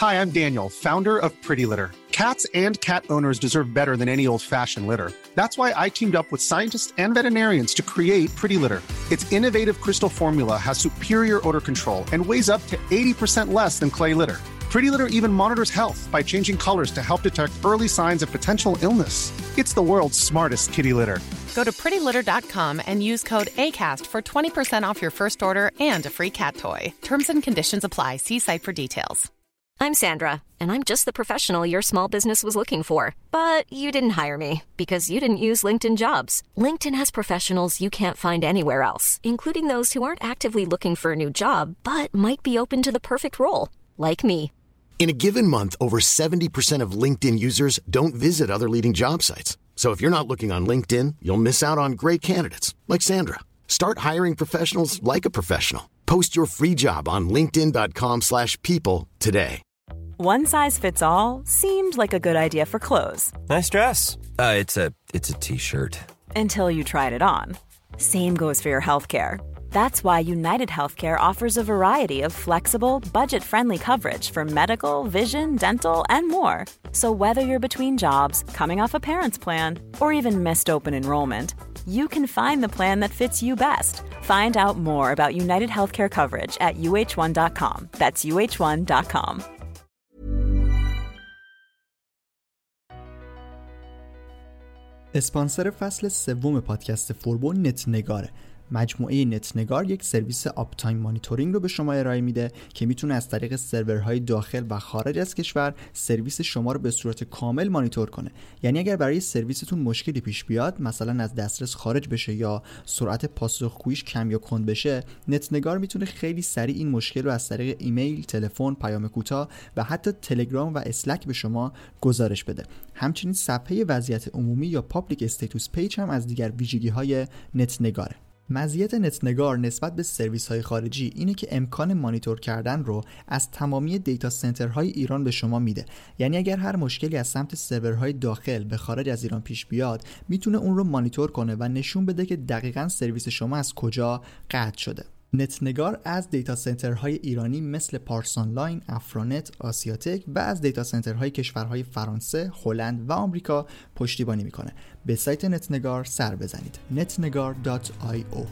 Hi, I'm Daniel, founder of Pretty Litter. Cats and cat owners deserve better than any old-fashioned litter. That's why I teamed up with scientists and veterinarians to create Pretty Litter. Its innovative crystal formula has superior odor control and weighs up to 80% less than clay litter. Pretty Litter even monitors health by changing colors to help detect early signs of potential illness. It's the world's smartest kitty litter. Go to prettylitter.com and use code ACAST for 20% off your first order and a free cat toy. Terms and conditions apply. See site for details. I'm Sandra, and I'm just the professional your small business was looking for. But you didn't hire me because you didn't use LinkedIn Jobs. LinkedIn has professionals you can't find anywhere else, including those who aren't actively looking for a new job, but might be open to the perfect role, like me. In a given month, over 70% of LinkedIn users don't visit other leading job sites. So if you're not looking on LinkedIn, you'll miss out on great candidates like Sandra. Start hiring professionals like a professional. Post your free job on linkedin.com/people today. One size fits all seemed like a good idea for clothes. Nice dress. It's a t-shirt. Until you tried it on. Same goes for your healthcare. That's why United Healthcare offers a variety of flexible, budget-friendly coverage for medical, vision, dental, and more. So whether you're between jobs, coming off a parent's plan, or even missed open enrollment, you can find the plan that fits you best. Find out more about United Healthcare coverage at uh1.com. That's uh1.com. اسپانسر فصل سوم پادکست فوربو نتنگاره. مجموعه نتنگار یک سرویس آپ تایم مانیتورینگ رو به شما ارائه میده که میتونه از طریق سرورهای داخل و خارج از کشور سرویس شما رو به صورت کامل مانیتور کنه. یعنی اگر برای سرویستون مشکلی پیش بیاد، مثلا از دسترس خارج بشه یا سرعت پاسخگوییش کم یا کند بشه، نتنگار میتونه خیلی سریع این مشکل رو از طریق ایمیل، تلفن، پیام کوتاه و حتی تلگرام و اسلک به شما گزارش بده. همچنین صفحه وضعیت عمومی یا پابلیک استیتوس پیج هم از دیگر ویژگی‌های نتنگاره. مزیت نتنگار نسبت به سرویس‌های خارجی اینه که امکان مانیتور کردن رو از تمامی دیتا سنترهای ایران به شما میده. یعنی اگر هر مشکلی از سمت سرورهای داخل به خارج از ایران پیش بیاد، میتونه اون رو مانیتور کنه و نشون بده که دقیقاً سرویس شما از کجا قطع شده. نتنگار از دیتا سنترهای ایرانی مثل پارس آنلاین، افرانت، آسیاتک و از دیتا سنترهای کشورهای فرانسه، هلند و آمریکا پشتیبانی میکنه. به سایت نتنگار سر بزنید. netnegar.io.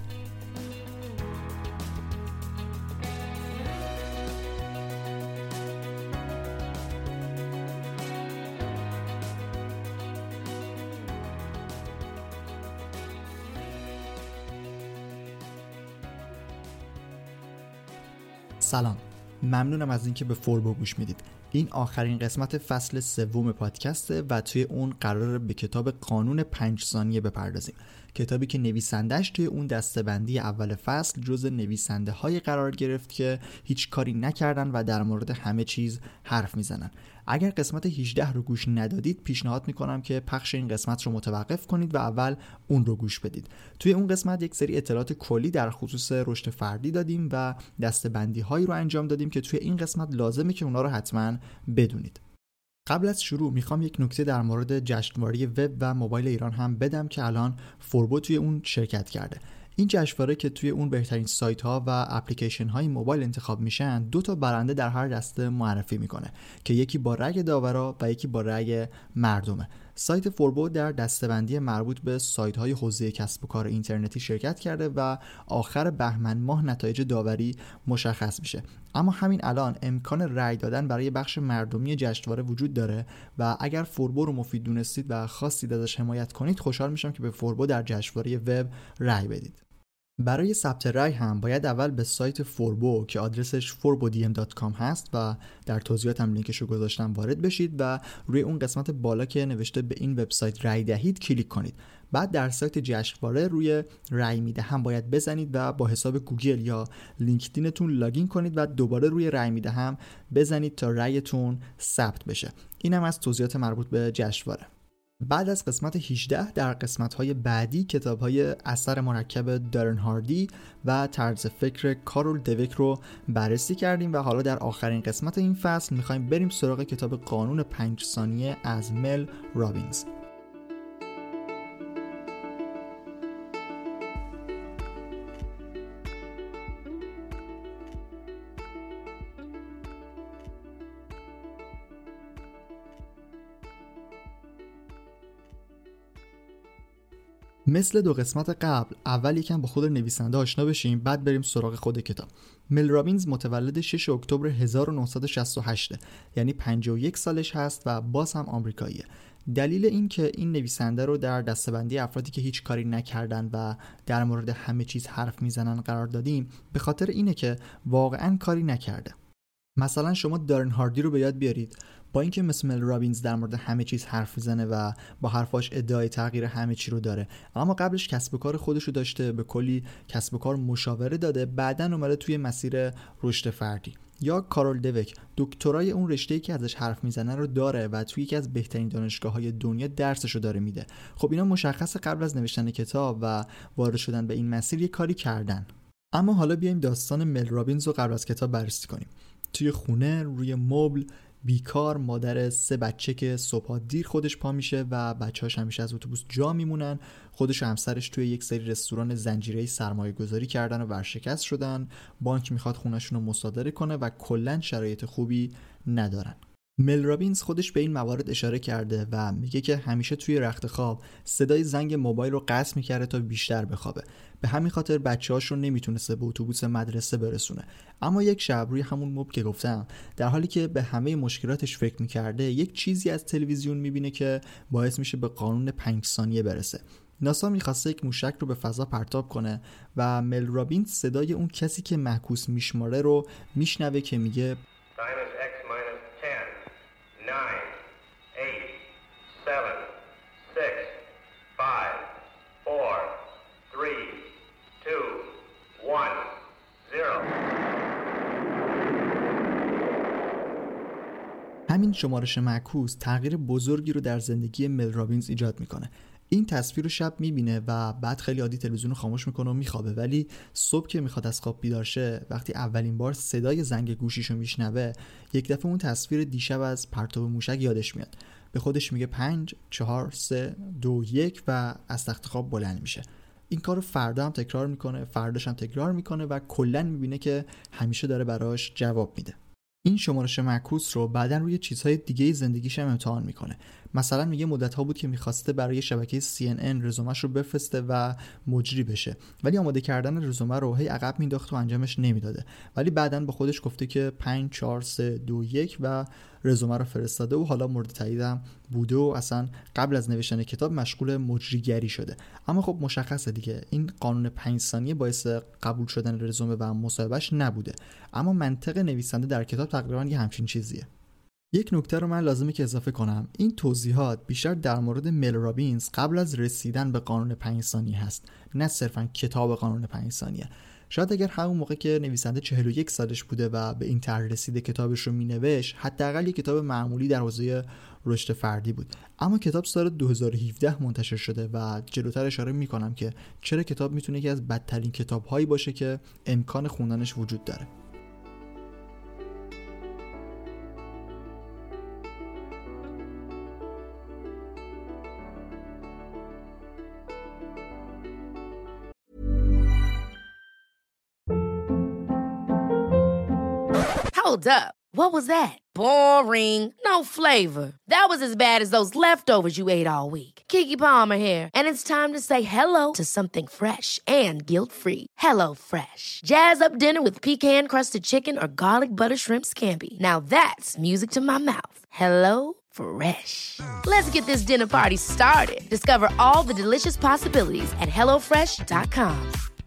سلام، ممنونم از اینکه به فوربو گوش میدید. این آخرین قسمت فصل سوم پادکسته و توی اون قراره به کتاب قانون 5 ثانیه بپردازیم. کتابی که نویسندش توی اون دسته‌بندی اول فصل جز نویسنده های قرار گرفت که هیچ کاری نکردن و در مورد همه چیز حرف میزنن. اگر قسمت 18 رو گوش ندادید، پیشنهاد میکنم که پخش این قسمت رو متوقف کنید و اول اون رو گوش بدید. توی اون قسمت یک سری اطلاعات کلی در خصوص رشد فردی دادیم و دسته‌بندی هایی رو انجام دادیم که توی این قسمت لازمه که اونا رو حتما بدونید. قبل از شروع میخوام یک نکته در مورد جشنواره وب و موبایل ایران هم بدم که الان فوربو توی اون شرکت کرده. این جشنواره که توی اون بهترین سایت ها و اپلیکیشن های موبایل انتخاب میشن، 2 تا برنده در هر دسته معرفی میکنه که یکی با رأی داورا و یکی با رأی مردمه. سایت فوربو در دسته‌بندی مربوط به سایت های حوزه کسب و کار اینترنتی شرکت کرده و آخر بهمن ماه نتایج داوری مشخص میشه. اما همین الان امکان رأی دادن برای بخش مردمی جشنواره وجود داره و اگر فوربو رو مفید دونستید و خواستید ازش حمایت کنید، خوشحال میشم که به فوربو در جشنواره وب رأی بدید. برای ثبت رأی هم باید اول به سایت فوربو که آدرسش forbodm.com هست و در توضیحاتم لینکش رو گذاشتم وارد بشید و روی اون قسمت بالا که نوشته به این وبسایت رأی دهید کلیک کنید. بعد در سایت جشنواره روی رأی میدهم باید بزنید و با حساب گوگل یا لینکدینتون لاگین کنید و دوباره روی رأی میدهم بزنید تا رأیتون ثبت بشه. اینم از توضیحات مربوط به جشنواره. بعد از قسمت 18 در قسمت‌های بعدی کتاب‌های اثر مرکب دارن هاردی و طرز فکر کارول دویک رو بررسی کردیم و حالا در آخرین قسمت این فصل می‌خوایم بریم سراغ کتاب قانون 5 ثانیه از مل رابینز. مثل 2 قسمت قبل، اول یکم با خود نویسنده آشنا بشیم، بعد بریم سراغ خود کتاب. مل رابینز متولد 6 اکتبر 1968، یعنی 51 سالش هست و باز هم آمریکاییه. دلیل این که این نویسنده رو در دسته‌بندی افرادی که هیچ کاری نکردن و در مورد همه چیز حرف میزنن قرار دادیم به خاطر اینه که واقعاً کاری نکرده. مثلا شما دارن هاردی رو به یاد بیارید، با اینکه مثل مل رابینز در مورد همه چیز حرف میزنه و با حرفاش ادعای تغییر همه چی رو داره، اما قبلش کسب و کار خودش رو داشته، به کلی کسب و کار مشاوره داده، بعدن اومده توی مسیر رشد فردی. یا کارول دوک، دکترای اون رشته‌ای که ازش حرف میزنه رو داره و توی یکی از بهترین دانشگاه‌های دنیا درسش رو داره میده. خب اینا مشخصه قبل از نوشتن کتاب و وارد شدن به این مسیر یه کاری کردن. اما حالا بیایم داستان مل رابینز رو قبل از کتاب بررسی کنیم. توی خونه روی مبل بیکار، مادر 3 بچه که صبح دیر خودش پا میشه و بچه‌هاش همیشه از اتوبوس جا میمونن. خودش و همسرش توی یک سری رستوران زنجیره‌ای سرمایه گذاری کردن و ورشکست شدن. بانک میخواد خونه‌شون رو مصادره کنه و کلاً شرایط خوبی ندارن. مل رابینز خودش به این موارد اشاره کرده و میگه که همیشه توی رخت خواب صدای زنگ موبایل رو قطع می‌کرده تا بیشتر بخوابه. به همین خاطر بچه‌هاش رو نمیتونسته به اتوبوس مدرسه برسونه. اما یک شب روی همون مبل که گفتم، در حالی که به همه مشکلاتش فکر می‌کرده، یک چیزی از تلویزیون می‌بینه که باعث میشه به قانون 5 ثانیه برسه. ناسا می‌خواسته یک موشک رو به فضا پرتاب کنه و مل رابینز صدای اون کسی که معکوس میشماره رو میشنوه که میگه همین شمارش معکوس تغییر بزرگی رو در زندگی مل رابینز ایجاد میکنه. این تصویر رو شب میبینه و بعد خیلی عادی تلویزیون رو خاموش میکنه و میخوابه، ولی صبح که میخواد از خواب بیدار شه، وقتی اولین بار صدای زنگ گوشیشو میشنوه، یک دفعه اون تصویر دیشب از پرتاب موشک یادش میاد. به خودش میگه 5 4 3 2 1 و از تخت خواب بلند میشه. این کارو فردا هم تکرار میکنه، فرداش هم تکرار میکنه و کلا میبینه که همیشه داره براش جواب میده. این شمارش معکوس رو بعداً روی چیزهای دیگه زندگیش هم امتحان میکنه. مثلا میگه مدت‌ها بود که میخواسته برای شبکه CNN رزومه‌اش رو بفرسته و مجری بشه، ولی آماده کردن رزومه رو هی عقب مینداخت و انجامش نمیداده. ولی بعداً با خودش گفته که 5 4 3 2 1 و رزومه رو فرستاده و حالا مورد تاییدم بوده و اصلا قبل از نوشتن کتاب مشغول مجریگری شده. اما خب مشخصه دیگه این قانون 5 ثانیه باعث قبول شدن رزومه و مصاحبهش نبوده، اما منطق نویسنده در کتاب تقریبا یه همچین چیزیه. یک نکته رو من لازمه که اضافه کنم، این توضیحات بیشتر در مورد مل رابینز قبل از رسیدن به قانون 5 ثانیه هست، نه صرفا کتاب قانون 5 ثانیه. شاید اگر همون موقع که نویسنده 41 سالش بوده و به این طرح رسیده کتابش رو مینوشت، حداقل یک کتاب معمولی در حوزه رشد فردی بود. اما کتاب سال 2017 منتشر شده و جلوتر اشاره میکنم که چرا کتاب میتونه یکی از بدترین کتاب‌هایی باشه که امکان خوندنش وجود داره. Hold up. What was that? Boring. No flavor. That was as bad as those leftovers you ate all week. Keke Palmer here, and it's time to say hello to something fresh and guilt-free. Hello Fresh. Jazz up dinner with pecan-crusted chicken or garlic butter shrimp scampi. Now that's music to my mouth. Hello Fresh. Let's get this dinner party started. Discover all the delicious possibilities at hellofresh.com.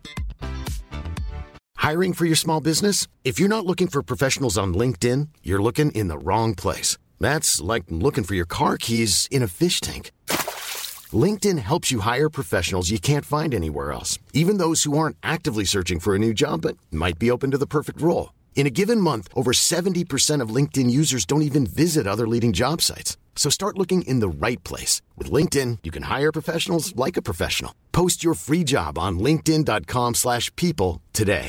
Hiring for your small business? If you're not looking for professionals on LinkedIn, you're looking in the wrong place. That's like looking for your car keys in a fish tank. LinkedIn helps you hire professionals you can't find anywhere else, even those who aren't actively searching for a new job but might be open to the perfect role. In a given month, over 70% of LinkedIn users don't even visit other leading job sites. So start looking in the right place. With LinkedIn, you can hire professionals like a professional. Post your free job on linkedin.com/people today.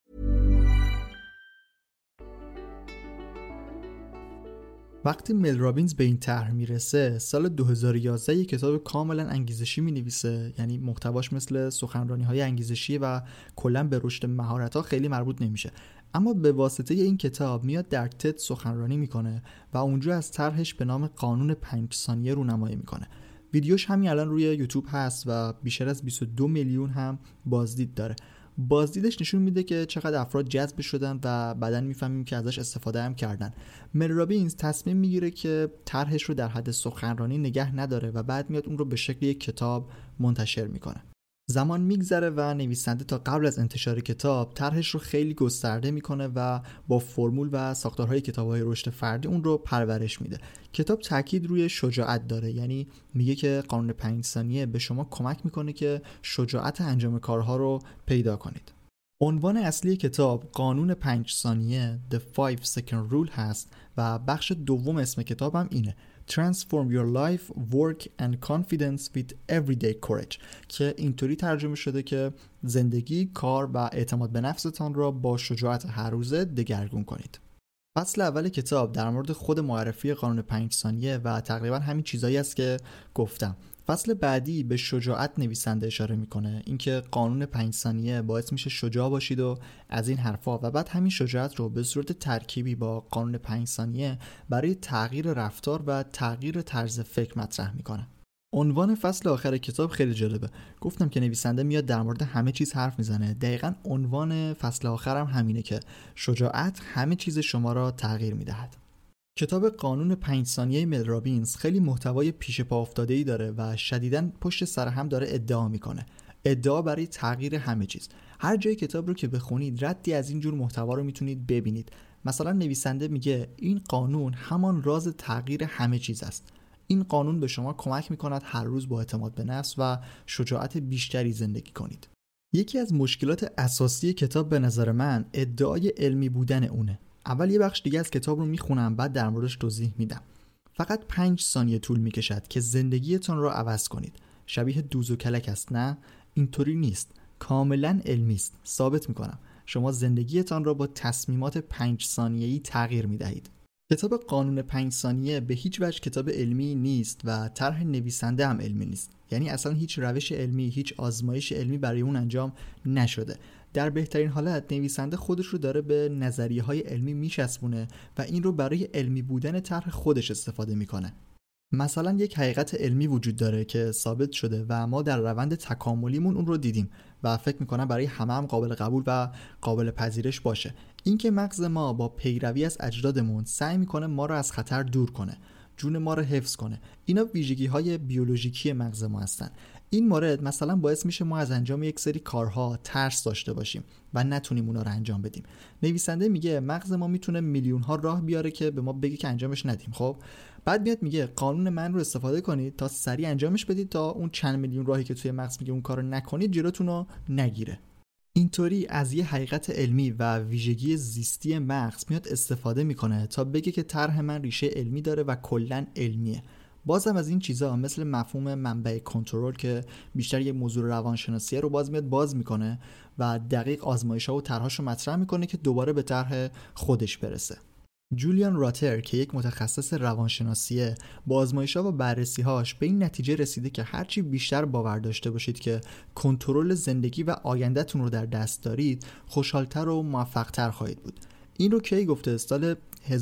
وقتی مل رابینز به این طرح میرسه، سال 2011 یک کتاب کاملا انگیزشی مینویسه، یعنی محتواش مثل سخنرانی‌های انگیزشی و کلا به رشد مهارت‌ها خیلی مربوط نمیشه. اما به واسطه این کتاب میاد در تد سخنرانی میکنه و اونجا از طرحش به نام قانون 5 ثانیه رونمایی میکنه. ویدیوش همین الان روی یوتیوب هست و بیشتر از 22 میلیون هم بازدید داره. بازدیدش نشون میده که چقدر افراد جذب شدن و بعداً میفهمیم که ازش استفاده هم کردن. مل رابینز تصمیم میگیره که طرحش رو در حد سخنرانی نگه نداره و بعد میاد اون رو به شکل یک کتاب منتشر میکنه. زمان میگذره و نویسنده تا قبل از انتشار کتاب طرحش رو خیلی گسترده میکنه و با فرمول و ساختارهای کتاب‌های رشد فردی اون رو پرورش میده. کتاب تاکید روی شجاعت داره، یعنی میگه که قانون 5 ثانیه به شما کمک میکنه که شجاعت انجام کارها رو پیدا کنید. عنوان اصلی کتاب قانون 5 ثانیه The 5 Second Rule هست و بخش دوم اسم کتاب هم اینه Transform your life, work and confidence with everyday courage که اینطوری ترجمه شده که زندگی، کار و اعتماد به نفستان را با شجاعت هر روزه دگرگون کنید. فصل اول کتاب در مورد خود معرفی قانون 5 ثانیه و تقریبا همین چیزایی است که گفتم. فصل بعدی به شجاعت نویسنده اشاره میکنه، اینکه قانون 5 ثانیه باعث میشه شجاع باشید و از این حرفا، و بعد همین شجاعت رو به صورت ترکیبی با قانون 5 ثانیه برای تغییر رفتار و تغییر طرز فکر مطرح میکنه. عنوان فصل آخر کتاب خیلی جالبه. گفتم که نویسنده میاد در مورد همه چیز حرف میزنه. دقیقاً عنوان فصل آخرم همینه که شجاعت همه چیز شما را تغییر میدهد. کتاب قانون 5 ثانیه مل رابینز خیلی محتوای پیش پا افتاده‌ای داره و شدیداً پشت سر هم داره ادعا میکنه. ادعا برای تغییر همه چیز. هر جای کتاب رو که بخونید ردی از این جور محتوا رو میتونید ببینید. مثلا نویسنده میگه این قانون همان راز تغییر همه چیز است. این قانون به شما کمک میکند هر روز با اعتماد به نفس و شجاعت بیشتری زندگی کنید. یکی از مشکلات اساسی کتاب به نظر من ادعای علمی بودن اونه. اول یه بخش دیگه از کتاب رو میخونم، بعد در موردش توضیح میدم. فقط 5 ثانیه طول میکشد که زندگیتون رو عوض کنید. شبیه دوز و کلک است؟ نه، اینطوری نیست. کاملا علمی است. ثابت میکنم. شما زندگیتان را با تصمیمات 5 ثانیه‌ای تغییر میدهید. کتاب قانون 5 ثانیه به هیچ وجه کتاب علمی نیست و طرح نویسنده هم علمی نیست. یعنی اصلا هیچ روش علمی، هیچ آزمایش علمی برای اون انجام نشده. در بهترین حالت نویسنده خودش رو داره به نظریه‌های علمی میچسبونه و این رو برای علمی بودن طرح خودش استفاده میکنه. مثلا یک حقیقت علمی وجود داره که ثابت شده و ما در روند تکاملیمون اون رو دیدیم و فکر میکنم برای همه هم قابل قبول و قابل پذیرش باشه. اینکه مغز ما با پیروی از اجدادمون سعی میکنه ما رو از خطر دور کنه، جون ما رو حفظ کنه. اینا ویژگی‌های بیولوژیکی مغز ما هستن. این مورد مثلا باعث میشه ما از انجام یک سری کارها ترس داشته باشیم و نتونیم اونا رو انجام بدیم. نویسنده میگه مغز ما میتونه میلیون‌ها راه بیاره که به ما بگه که انجامش ندیم. خب بعد میاد میگه قانون من رو استفاده کنید تا سریع انجامش بدید تا اون چند میلیون راهی که توی مغز میگه اون کارو نکنید جلوتون رو نگیره. اینطوری از یه حقیقت علمی و ویژگی زیستی مغز میاد استفاده میکنه تا بگه که طرح من ریشه علمی داره و کلاً علمیه. بازم از این چیزا مثل مفهوم منبع کنترل که بیشتر یک موضوع روانشناسیه رو باز میکنه و دقیق آزمایش‌ها و طرح‌هاشو مطرح میکنه که دوباره به طرح خودش برسه. جولیان راتر که یک متخصص روانشناسیه با آزمایش‌ها و بررسی‌هاش به این نتیجه رسیده که هرچی بیشتر باور داشته باشید که کنترل زندگی و آینده‌تون رو در دست دارید، خوشحال‌تر و موفق‌تر خواهید بود. این رو کی گفته؟ سال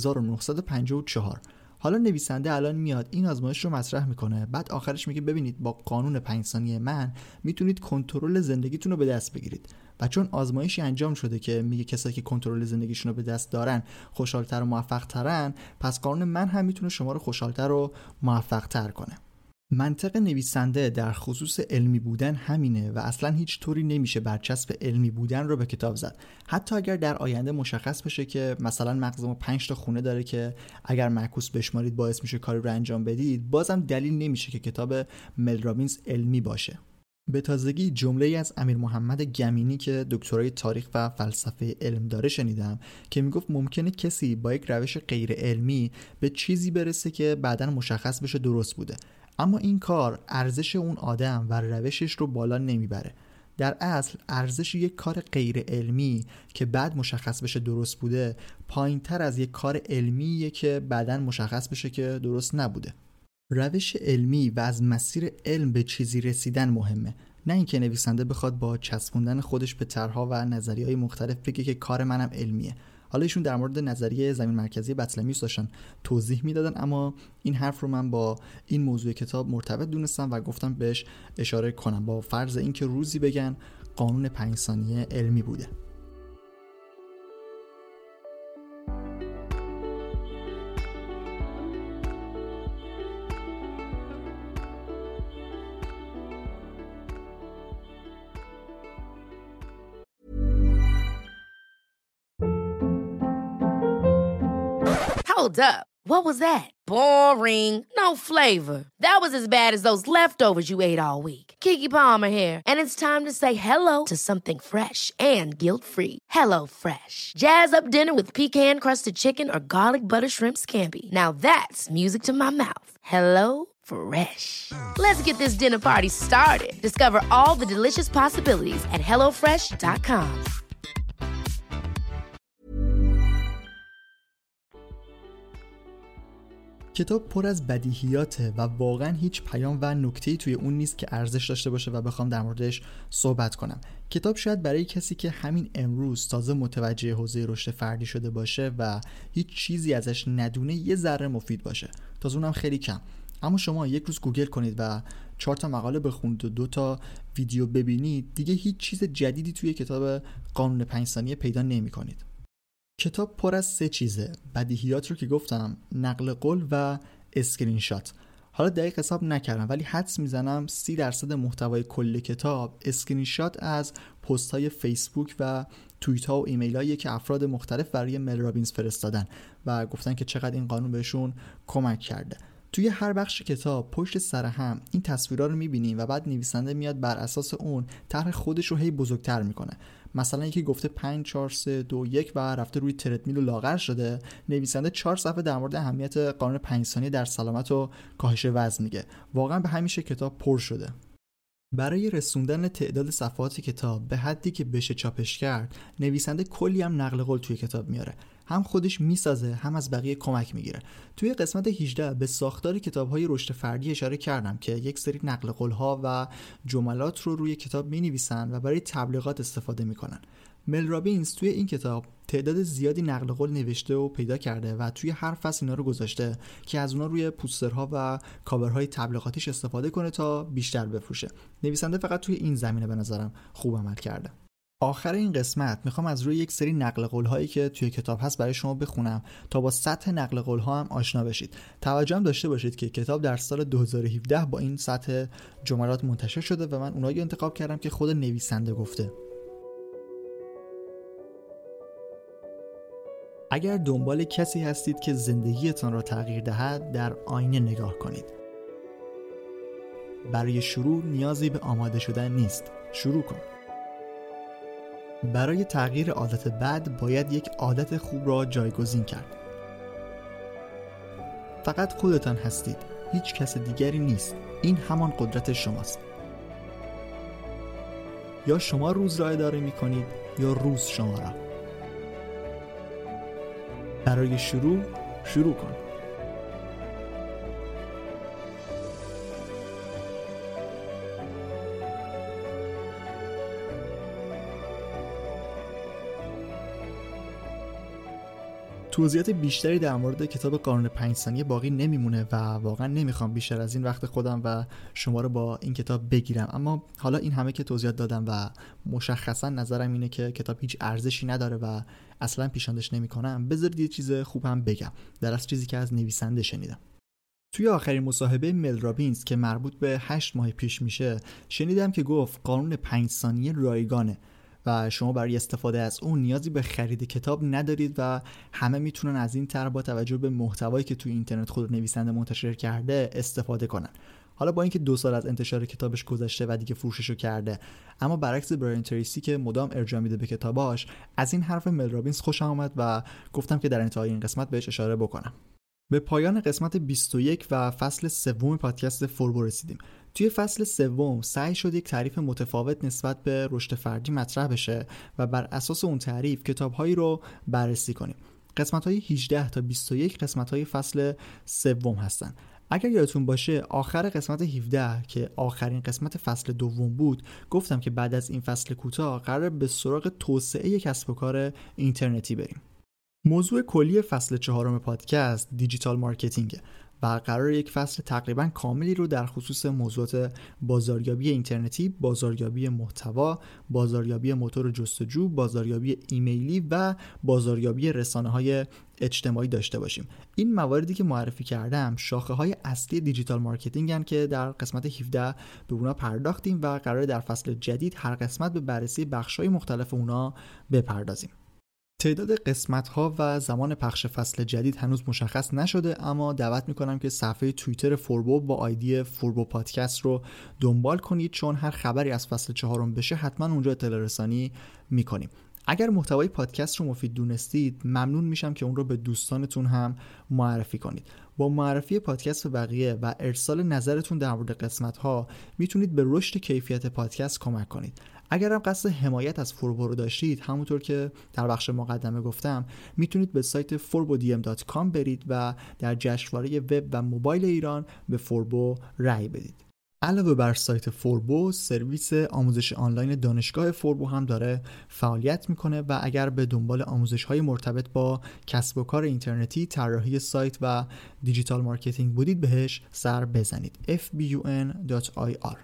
1954. حالا نویسنده الان میاد این آزمایش رو مطرح میکنه، بعد آخرش میگه ببینید با قانون 5 ثانیه من میتونید کنترل زندگیتون رو به دست بگیرید. و چون آزمایشی انجام شده که میگه کسایی که کنترل زندگیشون رو به دست دارن خوشحال‌تر و موفق‌ترن، پس قانون من هم میتونه شما رو خوشحال‌تر و موفق‌تر کنه. منطق نویسنده در خصوص علمی بودن همینه و اصلا هیچ طوری نمیشه برچسب علمی بودن رو به کتاب زد. حتی اگر در آینده مشخص بشه که مثلا مغز ما 5 تا خونه داره که اگر معکوس بشمارید باعث میشه کاری رو انجام بدید، بازم دلیل نمیشه که کتاب مل رابینز علمی باشه. به تازگی جمله‌ای از امیر محمد گمینی که دکترای تاریخ و فلسفه علم داره شنیدم که میگفت ممکنه کسی با یک روش غیر علمی به چیزی برسه که بعداً مشخص بشه درست بوده، اما این کار ارزش اون آدم و روشش رو بالا نمیبره. در اصل ارزش یک کار غیر علمی که بعد مشخص بشه درست بوده پایین‌تر از یک کار علمیه که بعداً مشخص بشه که درست نبوده. روش علمی و از مسیر علم به چیزی رسیدن مهمه، نه اینکه نویسنده بخواد با چسبوندن خودش به طرح‌ها و نظریه‌های مختلف بگه که کار منم علمیه. حالا ایشون در مورد نظریه زمین مرکزی بطلمیوس داشتن توضیح میدادن، اما این حرف رو من با این موضوع کتاب مرتبط دونستم و گفتم بهش اشاره کنم، با فرض اینکه روزی بگن قانون 5 ثانیه علمی بوده. Hold up. What was that? Boring. No flavor. That was as bad as those leftovers you ate all week. Keke Palmer here, and it's time to say hello to something fresh and guilt-free. Hello Fresh. Jazz up dinner with pecan-crusted chicken or garlic butter shrimp scampi. Now that's music to my mouth. Hello Fresh. Let's get this dinner party started. Discover all the delicious possibilities at hellofresh.com. کتاب پر از بدیهیاته و واقعا هیچ پیام و نکته‌ای توی اون نیست که ارزش داشته باشه و بخوام در موردش صحبت کنم. کتاب شاید برای کسی که همین امروز تازه متوجه حوزه رشد فردی شده باشه و هیچ چیزی ازش ندونه یه ذره مفید باشه، تازه اونم خیلی کم. اما شما یک روز گوگل کنید و 4 تا مقاله بخونید و 2 تا ویدیو ببینید، دیگه هیچ چیز جدیدی توی کتاب قانون 5 ثانیه پیدا نمی‌کنید. کتاب پر از 3 چیزه: بدیهیات رو که گفتم، نقل قول و اسکرین شات. حالا دقیق حساب نکردم ولی حدس میزنم 30% محتوای کل کتاب اسکرین شات از پست های فیسبوک و توییت ها و ایمیل هایی که افراد مختلف برای مل رابینز فرستادن و گفتن که چقدر این قانون بهشون کمک کرده. توی هر بخش کتاب پشت سر هم این تصویرها رو میبینیم و بعد نویسنده میاد بر اساس اون طرح خودش رو هی بزرگتر میکنه. مثلا یکی گفته 5 4 3 2 1 و رفته روی تردمیل و لاغر شده، نویسنده 4 صفحه در مورد اهمیت قانون 5 ثانیه در سلامت و کاهش وزن میگه. واقعا به همین شکل کتاب پر شده. برای رسوندن تعداد صفحات کتاب به حدی که بشه چاپش کرد، نویسنده کلی هم نقل قول توی کتاب میاره. هم خودش میسازه، هم از بقیه کمک میگیره. توی قسمت 18 به ساختار کتاب‌های رشد فردی اشاره کردم که یک سری نقل قول‌ها و جملات رو روی کتاب می‌نویسن و برای تبلیغات استفاده می‌کنن. مل رابینز توی این کتاب تعداد زیادی نقل قول نوشته و پیدا کرده و توی هر فصل اینا رو گذاشته که از اونا روی پوسترها و کاورهای تبلیغاتیش استفاده کنه تا بیشتر بفروشه. نویسنده فقط توی این زمینه به نظرم خوب عمل کرده. آخر این قسمت میخوام از روی یک سری نقل قول هایی که توی کتاب هست برای شما بخونم تا با سطح نقل قول ها هم آشنا بشید. توجه هم داشته باشید که کتاب در سال 2017 با این سطح جملات منتشر شده و من اونایی انتخاب کردم که خود نویسنده گفته. اگر دنبال کسی هستید که زندگیتان را تغییر دهد، در آینه نگاه کنید. برای شروع نیازی به آماده شدن نیست. شروع کن. برای تغییر عادت بد باید یک عادت خوب را جایگزین کرد. فقط خودتان هستید، هیچ کس دیگری نیست. این همان قدرت شماست. یا شما روز را اداره می کنید یا روز شما را. برای شروع کن. توضیحات بیشتری در مورد کتاب قانون 5 ثانیه باقی نمیمونه و واقعا نمیخوام بیشتر از این وقت خودم و شما رو با این کتاب بگیرم، اما حالا این همه که توضیحات دادم و مشخصا نظرم اینه که کتاب هیچ ارزشی نداره و اصلا پیشاندش نمیکنم، بذارید یه چیز خوب هم بگم در از چیزی که از نویسنده شنیدم. توی آخرین مصاحبه مل رابینز که مربوط به 8 ماه پیش میشه، شنیدم که گفت قانون 5 ثانیه رایگانه و شما برای استفاده از اون نیازی به خرید کتاب ندارید و همه میتونن از این طرح با توجه به محتوایی که توی اینترنت خود نویسنده منتشر کرده استفاده کنن. حالا با اینکه 2 سال از انتشار کتابش گذشته و دیگه فروششو کرده، اما برعکس برایان تریسی که مدام ارجاع میده به کتاباش، از این حرف مل رابینز خوشم اومد و گفتم که در انتهای این قسمت بهش اشاره بکنم. به پایان قسمت 21 و فصل 3 پادکست فوربو رسیدیم. توی فصل 3 سعی شد یک تعریف متفاوت نسبت به رشد فردی مطرح بشه و بر اساس اون تعریف کتاب‌هایی رو بررسی کنیم. قسمت‌های 18 تا 21 قسمت‌های فصل 3 هستن. اگر یادتون باشه آخر قسمت 17 که آخرین قسمت فصل 2 بود، گفتم که بعد از این فصل کوتاه قرار به سراغ توسعه کسب و کار اینترنتی بریم. موضوع کلی فصل 4 پادکست دیجیتال مارکتینگه و قرار یک فصل تقریبا کاملی رو در خصوص موضوعات بازاریابی اینترنتی، بازاریابی محتوا، بازاریابی موتور جستجو، بازاریابی ایمیلی و بازاریابی رسانه‌های اجتماعی داشته باشیم. این مواردی که معرفی کردم شاخه‌های اصلی دیجیتال مارکتینگن که در قسمت 17 به اونا پرداختیم و قرار در فصل جدید هر قسمت به بررسی بخش‌های مختلف اونا بپردازیم. تعداد قسمت‌ها و زمان پخش فصل جدید هنوز مشخص نشده، اما دعوت می‌کنم که صفحه توییتر فوربو با آیدی فوربو پادکست رو دنبال کنید، چون هر خبری از فصل 4 بشه حتما اونجا اطلاع رسانی می‌کنیم. اگر محتوای پادکست رو مفید دونستید، ممنون میشم که اون رو به دوستانتون هم معرفی کنید. با معرفی پادکست به بقیه و ارسال نظرتون در مورد قسمت‌ها میتونید به رشد کیفیت پادکست کمک کنید. اگر هم قصد حمایت از فوربو رو داشتید، همونطور که در بخش مقدمه گفتم، میتونید به سایت forbodm.com برید و در جشنواره وب و موبایل ایران به فوربو رأی بدید. علاوه بر سایت فوربو، سرویس آموزش آنلاین دانشگاه فوربو هم داره فعالیت میکنه و اگر به دنبال آموزش‌های مرتبط با کسب و کار اینترنتی، طراحی سایت و دیجیتال مارکتینگ بودید، بهش سر بزنید. fbun.ir.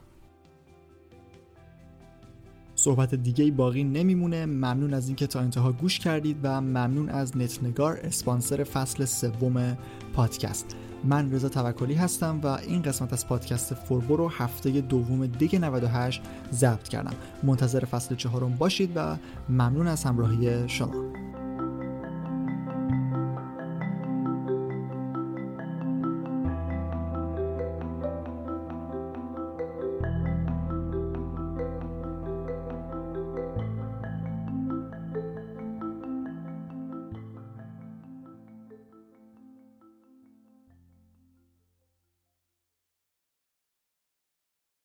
صحبت دیگه باقی نمیمونه. ممنون از اینکه تا انتها گوش کردید و ممنون از نتنگار، اسپانسر فصل 3 پادکست. من رضا توکلی هستم و این قسمت از پادکست فوربو رو هفته دوم دی 98 ضبط کردم. منتظر فصل 4 باشید و ممنون از همراهی شما.